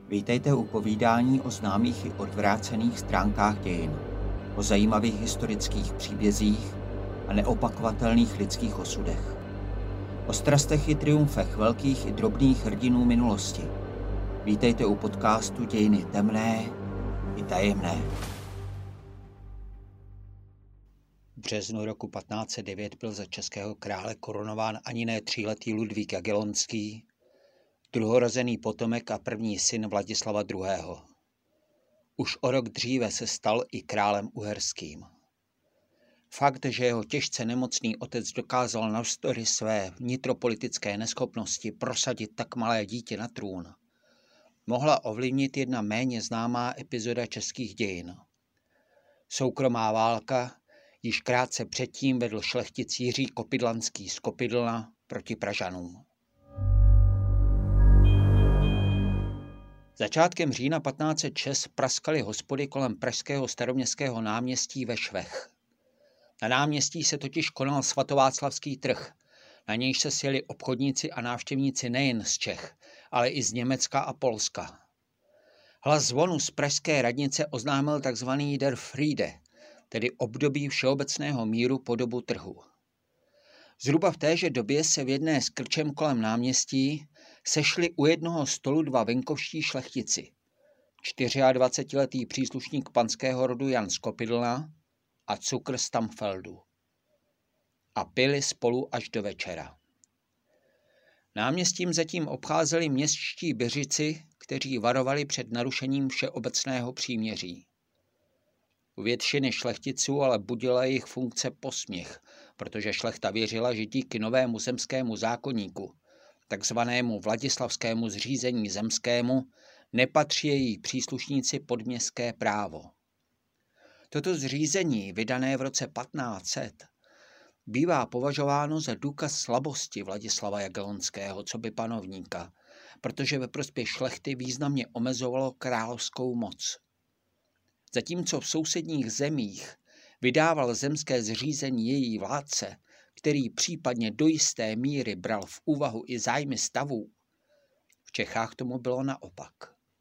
Vítejte u povídání o známých i odvrácených stránkách dějin, o zajímavých historických příbězích a neopakovatelných lidských osudech. O strastech i triumfech velkých i drobných hrdinů minulosti. Vítejte u podcastu Dějiny temné i tajemné. V březnu roku 1509 byl za českého krále korunován ani ne tříletý Ludvík Jagellonský, druhorozený potomek a první syn Vladislava II. Už o rok dříve se stal i králem uherským. Fakt, že jeho těžce nemocný otec dokázal navzdory své vnitropolitické neschopnosti prosadit tak malé dítě na trůn, mohla ovlivnit jedna méně známá epizoda českých dějin. Soukromá válka, již krátce předtím vedl šlechtic Jiří Kopidlanský z Kopidlna proti Pražanům. Začátkem října 1506 praskaly hospody kolem pražského Staroměstského náměstí ve Švech. Na náměstí se totiž konal svatováclavský trh, na nějž se sjeli obchodníci a návštěvníci nejen z Čech, ale i z Německa a Polska. Hlas zvonu z pražské radnice oznámil tzv. Der Friede, tedy období všeobecného míru po dobu trhu. Zhruba v téže době se v jedné z krčem kolem náměstí sešli u jednoho stolu dva venkovští šlechtici, 24letý příslušník panského rodu Jan z Kopidlna a Cukr z Tamfeldu. A pili spolu až do večera. Náměstím zatím obcházeli městští běžici, kteří varovali před narušením všeobecného příměří. U většiny šlechticů ale budila jejich funkce posměch, protože šlechta věřila, že díky novému zemskému zákoníku, takzvanému vladislavskému zřízení zemskému, nepatří její příslušníci pod městské právo. Toto zřízení, vydané v roce 1500, bývá považováno za důkaz slabosti Vladislava Jagellonského coby panovníka, protože ve prospěch šlechty významně omezovalo královskou moc. Zatímco v sousedních zemích vydával zemské zřízení její vládce, který případně do jisté míry bral v úvahu i zájmy stavů, v Čechách tomu bylo naopak.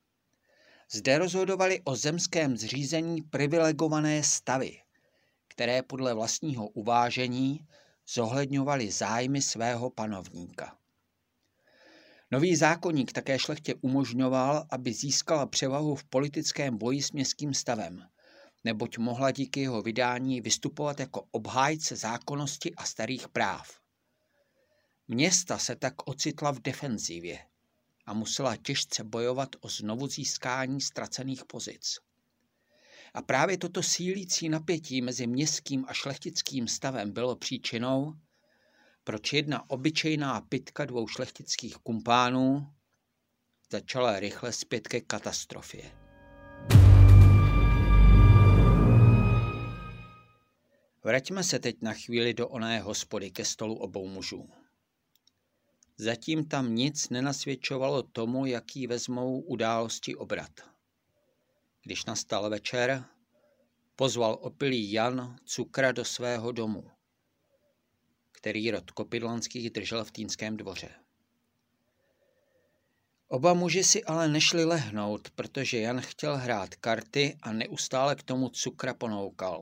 Zde rozhodovali o zemském zřízení privilegované stavy, které podle vlastního uvážení zohledňovaly zájmy svého panovníka. Nový zákoník také šlechtě umožňoval, aby získala převahu v politickém boji s městským stavem, neboť mohla díky jeho vydání vystupovat jako obhájce zákonnosti a starých práv. Města se tak ocitla v defenzivě a musela těžce bojovat o znovuzískání ztracených pozic. A právě toto sílící napětí mezi městským a šlechtickým stavem bylo příčinou, proč jedna obyčejná pytka dvou šlechtických kumpánů začala rychle spět ke katastrofě. Vraťme se teď na chvíli do oné hospody ke stolu obou mužů. Zatím tam nic nenasvědčovalo tomu, jaký vezmou události obrat. Když nastal večer, pozval opilý Jan Cukra do svého domu, který rod Kopidlanských držel v Týnském dvoře. Oba muži si ale nešli lehnout, protože Jan chtěl hrát karty a neustále k tomu Cukra ponoukal.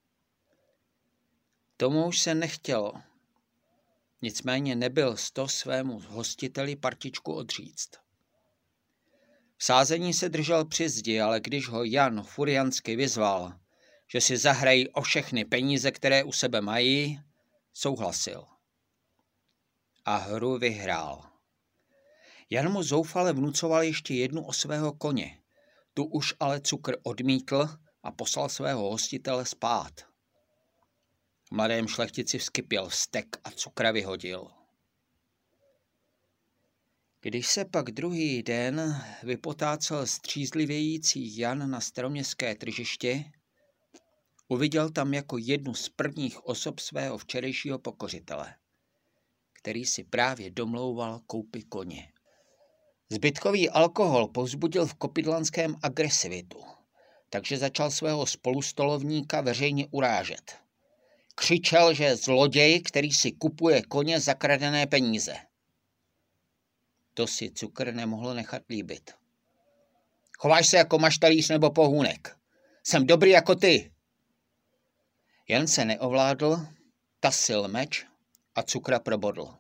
Tomu už se nechtělo, nicméně nebyl sto svému hostiteli partičku odříct. V sázení se držel při zdi, ale když ho Jan furiansky vyzval, že si zahrají o všechny peníze, které u sebe mají, souhlasil. A hru vyhrál. Jan mu zoufale vnucoval ještě jednu o svého koně. Tu už ale Cukr odmítl a poslal svého hostitele spát. V mladém šlechtici vzkypěl vztek a Cukra vyhodil. Když se pak druhý den vypotácel střízlivějící Jan na staroměstské tržiště, uviděl tam jako jednu z prvních osob svého včerejšího pokořitele, který si právě domlouval koupi koně. Zbytkový alkohol povzbudil v Kopidlanském agresivitu, takže začal svého spolustolovníka veřejně urážet. Křičel, že je zloděj, který si kupuje koně za kradené peníze. To si Cukr nemohl nechat líbit. Chováš se jako maštalíř nebo pohůnek. Jsem dobrý jako ty. Jan se neovládl, tasil meč a cukra probodl.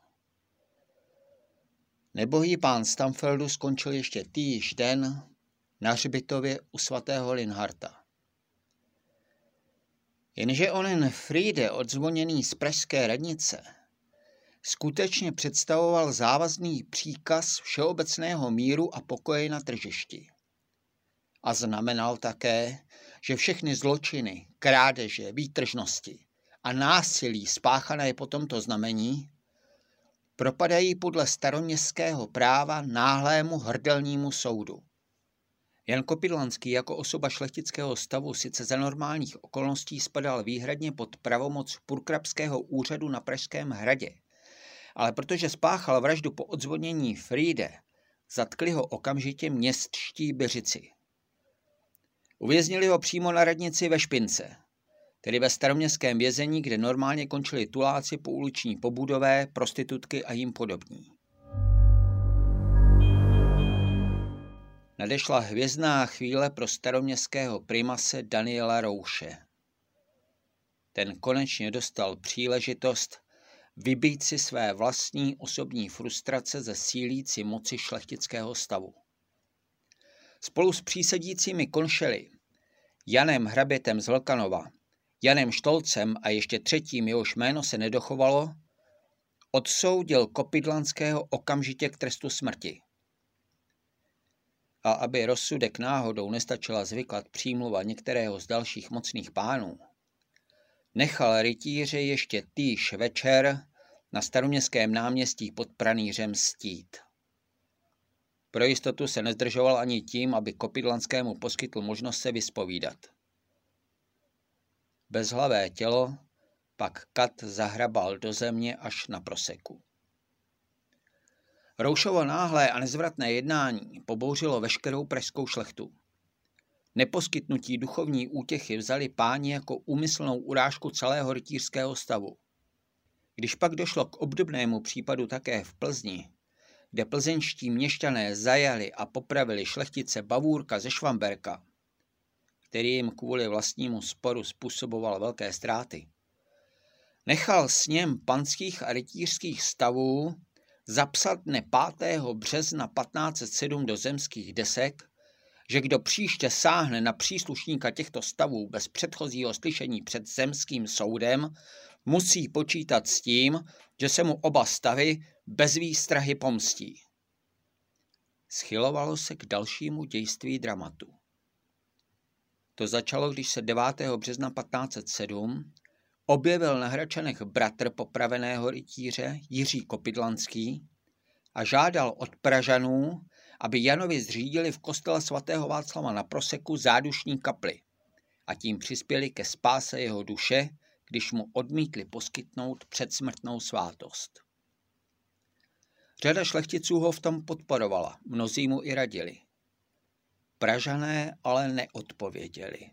Nebohý pán Stamfeldu skončil ještě týž den na hřbitově u svatého Linharta. Jenže onen Friede odzvoněný z pražské radnice skutečně představoval závazný příkaz všeobecného míru a pokoje na tržišti. A znamenal také, že všechny zločiny, krádeže, výtržnosti a násilí spáchané po tomto znamení propadají podle staroměstského práva náhlému hrdelnímu soudu. Jan Kopidlanský jako osoba šlechtického stavu sice za normálních okolností spadal výhradně pod pravomoc purkrabského úřadu na Pražském hradě, ale protože spáchal vraždu po odzvonění Friede, zatkli ho okamžitě městští Běřici. Uvěznili ho přímo na radnici ve Špince, tedy ve staroměstském vězení, kde normálně končili tuláci, pouliční pobudové, prostitutky a jim podobní. Nadešla hvězdná chvíle pro staroměstského primase Daniela Rouše. Ten konečně dostal příležitost vybít si své vlastní osobní frustrace ze sílící moci šlechtického stavu. Spolu s přísedícími konšely, Janem Hrabětem z Vlkanova, Janem Štolcem a ještě třetím, jehož jméno se nedochovalo, odsoudil Kopidlanského okamžitě k trestu smrti. A aby rozsudek náhodou nestačila zvyklat přímluva některého z dalších mocných pánů, nechal rytíře ještě týž večer na staroměstském náměstí pod pranýřem stít. Pro jistotu se nezdržoval ani tím, aby Kopidlanskému poskytl možnost se vyspovídat. Bezhlavé tělo pak kat zahrabal do země až na proseku. Roušovo náhlé a nezvratné jednání pobouřilo veškerou pražskou šlechtu. Neposkytnutí duchovní útěchy vzali páni jako úmyslnou urážku celého rytířského stavu. Když pak došlo k obdobnému případu také v Plzni, kde plzeňští měšťané zajali a popravili šlechtice Bavůrka ze Švamberka, který jim kvůli vlastnímu sporu způsoboval velké ztráty, nechal sněm panských a rytířských stavů zapsat dne 5. března 1507 do zemských desek, že kdo příště sáhne na příslušníka těchto stavů bez předchozího slyšení před zemským soudem, musí počítat s tím, že se mu oba stavy bez výstrahy pomstí. Schylovalo se k dalšímu dějství dramatu. To začalo, když se 9. března 1507 objevil na Hradčanech bratr popraveného rytíře Jiří Kopidlanský a žádal od Pražanů, aby Janovi zřídili v kostele svatého Václava na Proseku zádušní kapli a tím přispěli ke spáse jeho duše, když mu odmítli poskytnout předsmrtnou svátost. Řada šlechticů ho v tom podporovala, mnozí mu i radili. Pražané ale neodpověděli.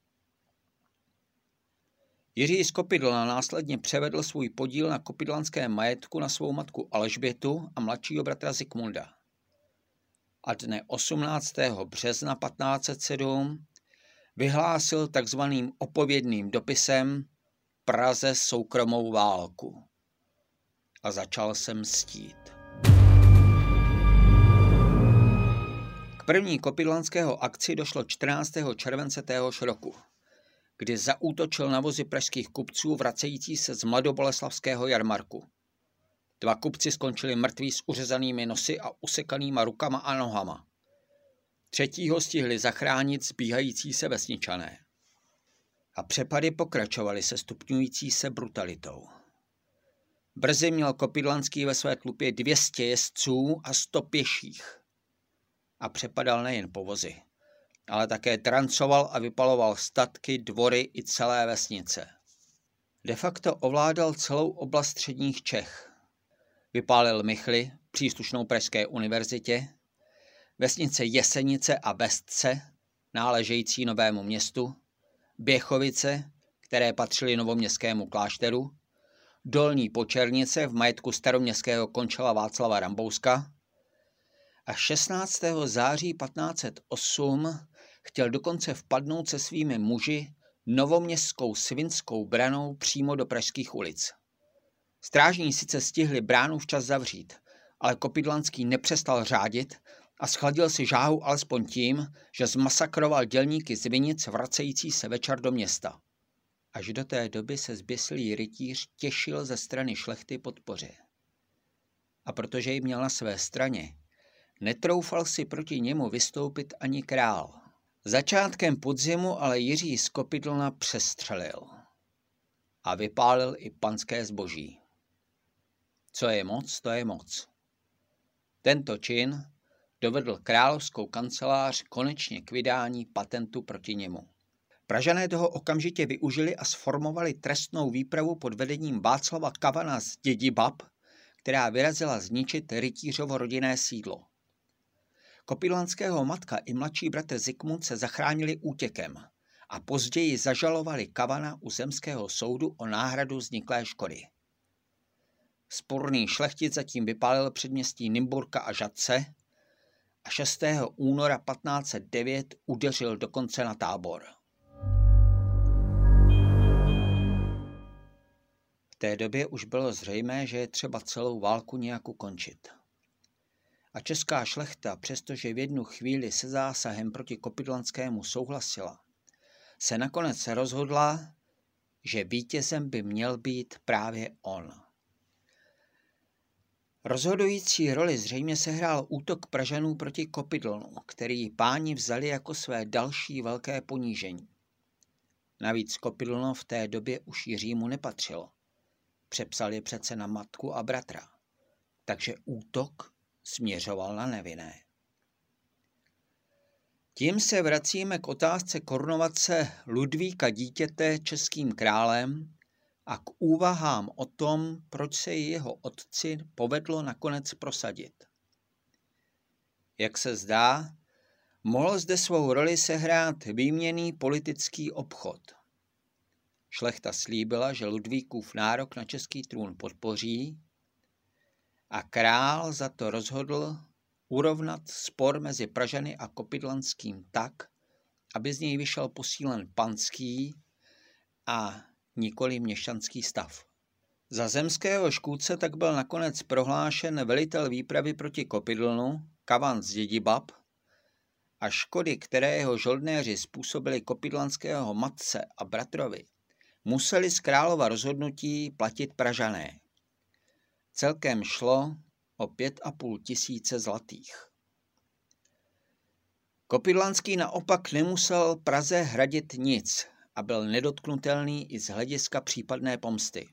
Jiří z Kopidlna následně převedl svůj podíl na kopidlanském majetku na svou matku Alžbětu a mladšího bratra Zikmunda. A dne 18. března 1507 vyhlásil takzvaným opovědným dopisem Praze soukromou válku. A začal se mstít. K první kopidlanského akci došlo 14. července téhož roku, kdy zaútočil na vozy pražských kupců vracející se z mladoboleslavského jarmarku. 2 kupci skončili mrtví s uřezanými nosy a usekanýma rukama a nohama. 3. stihli zachránit zbíhající se vesničané. A přepady pokračovaly se stupňující se brutalitou. Brzy měl Kopidlanský ve své tlupě 200 jezdců a 100 pěších. A přepadal nejen povozy, ale také trancoval a vypaloval statky, dvory i celé vesnice. De facto ovládal celou oblast středních Čech. Vypálil Michly, příslušnou Pražské univerzitě, vesnice Jesenice a Bestce, náležející Novému Městu, Běchovice, které patřily Novoměstskému klášteru, Dolní Počernice v majetku staroměstského končela Václava Rambouska a 16. září 1508 chtěl dokonce vpadnout se svými muži novoměstskou Svinskou branou přímo do pražských ulic. Strážní sice stihli bránu včas zavřít, ale Kopidlanský nepřestal řádit a schladil si žáhu alespoň tím, že zmasakroval dělníky z vinic vracející se večer do města. Až do té doby se zběsilý rytíř těšil ze strany šlechty podpoře. A protože ji měl na své straně, netroufal si proti němu vystoupit ani král. Začátkem podzimu ale Jiří z Kopidlna přestřelil a vypálil i panské zboží. Co je moc, to je moc. Tento čin dovedl královskou kancelář konečně k vydání patentu proti němu. Pražané toho okamžitě využili a sformovali trestnou výpravu pod vedením Václava Kavana z Dědibab, která vyrazila zničit rytířovo rodinné sídlo. Kopidlanského matka i mladší bratr Zikmund se zachránili útěkem a později zažalovali Kavana u zemského soudu o náhradu vzniklé škody. Sporný šlechtic zatím vypálil předměstí Nymburka a Žatce a 6. února 1509 udeřil dokonce na Tábor. V té době už bylo zřejmé, že je třeba celou válku nějak ukončit. A česká šlechta, přestože v jednu chvíli se zásahem proti Kopidlanskému souhlasila, se nakonec rozhodla, že vítězem by měl být právě on. Rozhodující roli zřejmě sehrál útok Pražanů proti Kopidlnu, který páni vzali jako své další velké ponížení. Navíc Kopidlno v té době už Jiřímu nepatřilo. Přepsal je přece na matku a bratra, takže útok směřoval na nevinné. Tím se vracíme k otázce korunovace Ludvíka dítěte českým králem a k úvahám o tom, proč se jeho otci povedlo nakonec prosadit. Jak se zdá, mohl zde svou roli sehrát výměnný politický obchod. Šlechta slíbila, že Ludvíkův nárok na český trůn podpoří a král za to rozhodl urovnat spor mezi Pražany a Kopidlanským tak, aby z něj vyšel posílen panský a nikoli měšťanský stav. Za zemského škůdce tak byl nakonec prohlášen velitel výpravy proti Kopidlnu, Kavan z Dědibab, a škody, které jeho žoldnéři způsobili Kopidlanského matce a bratrovi, museli z králova rozhodnutí platit Pražané. Celkem šlo o 5,5 tisíce zlatých. Kopidlanský naopak nemusel Praze hradit nic a byl nedotknutelný i z hlediska případné pomsty.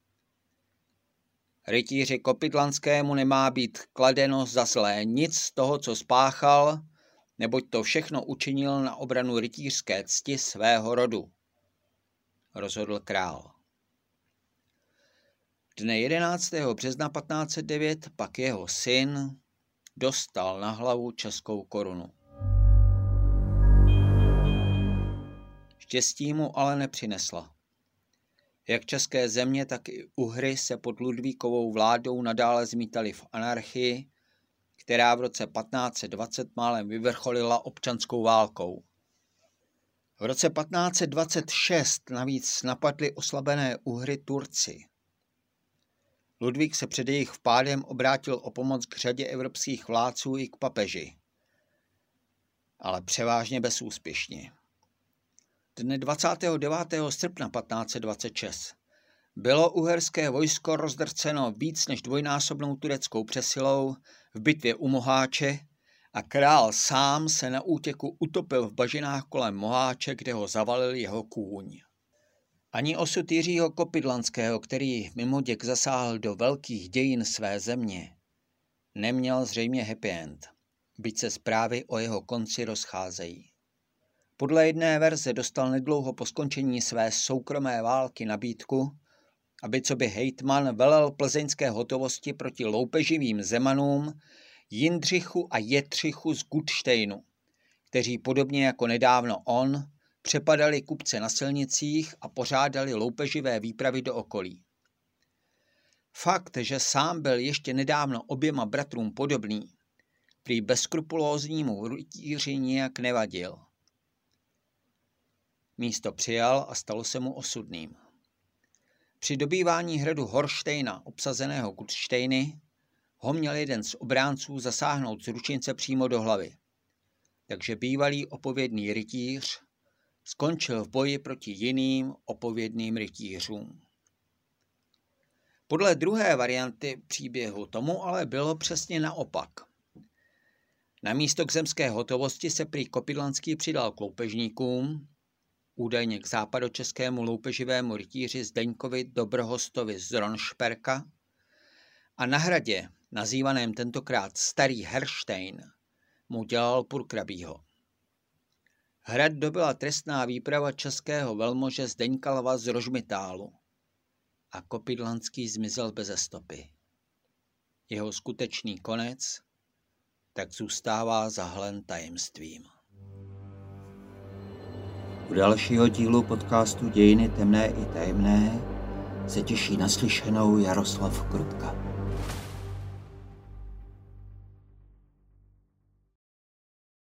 Rytíři Kopidlanskému nemá být kladeno za zlé nic z toho, co spáchal, neboť to všechno učinil na obranu rytířské cti svého rodu, rozhodl král. Dne 11. března 1509 pak jeho syn dostal na hlavu českou korunu. Štěstí mu ale nepřinesla. Jak české země, tak i Uhry se pod Ludvíkovou vládou nadále zmítaly v anarchii, která v roce 1520 málem vyvrcholila občanskou válkou. V roce 1526 navíc napadli oslabené Uhry Turci. Ludvík se před jejich vpádem obrátil o pomoc k řadě evropských vládců i k papeži, ale převážně bezúspěšně. Dne 29. srpna 1526 bylo uherské vojsko rozdrceno víc než dvojnásobnou tureckou přesilou v bitvě u Moháče a král sám se na útěku utopil v bažinách kolem Moháče, kde ho zavalil jeho kůň. Ani osud Jiřího Kopidlanského, který mimoděk zasáhl do velkých dějin své země, neměl zřejmě happy end, byť se zprávy o jeho konci rozcházejí. Podle jedné verze dostal nedlouho po skončení své soukromé války nabídku, aby coby hejtman velel plzeňské hotovosti proti loupeživým Zemanům Jindřichu a Jetřichu z Gutštejnu, kteří podobně jako nedávno on přepadali kupce na silnicích a pořádali loupeživé výpravy do okolí. Fakt, že sám byl ještě nedávno oběma bratrům podobný, prý bezskrupulóznímu rytíři nijak nevadil. Místo přijal a stalo se mu osudným. Při dobývání hradu Horštejna, obsazeného Gutštejny, ho měl jeden z obránců zasáhnout z ručince přímo do hlavy. Takže bývalý opovědný rytíř skončil v boji proti jiným opovědným rytířům. Podle druhé varianty příběhu tomu ale bylo přesně naopak. Na místo k zemské hotovosti se prý Kopidlanský přidal k loupežníkům, údajně k západočeskému loupeživému rytíři Zdeňkovi Dobrohostovi z Ronšperka, a na hradě, nazývaném tentokrát Starý Herštejn, mu dělal purkrabího. Hrad dobyla trestná výprava českého velmože Zdeňka Lva z Rožmitálu a Kopidlanský zmizel beze stopy. Jeho skutečný konec tak zůstává zahalen tajemstvím. U dalšího dílu podcastu Dějiny temné i tajemné se těší naslyšenou Jaroslav Krutka.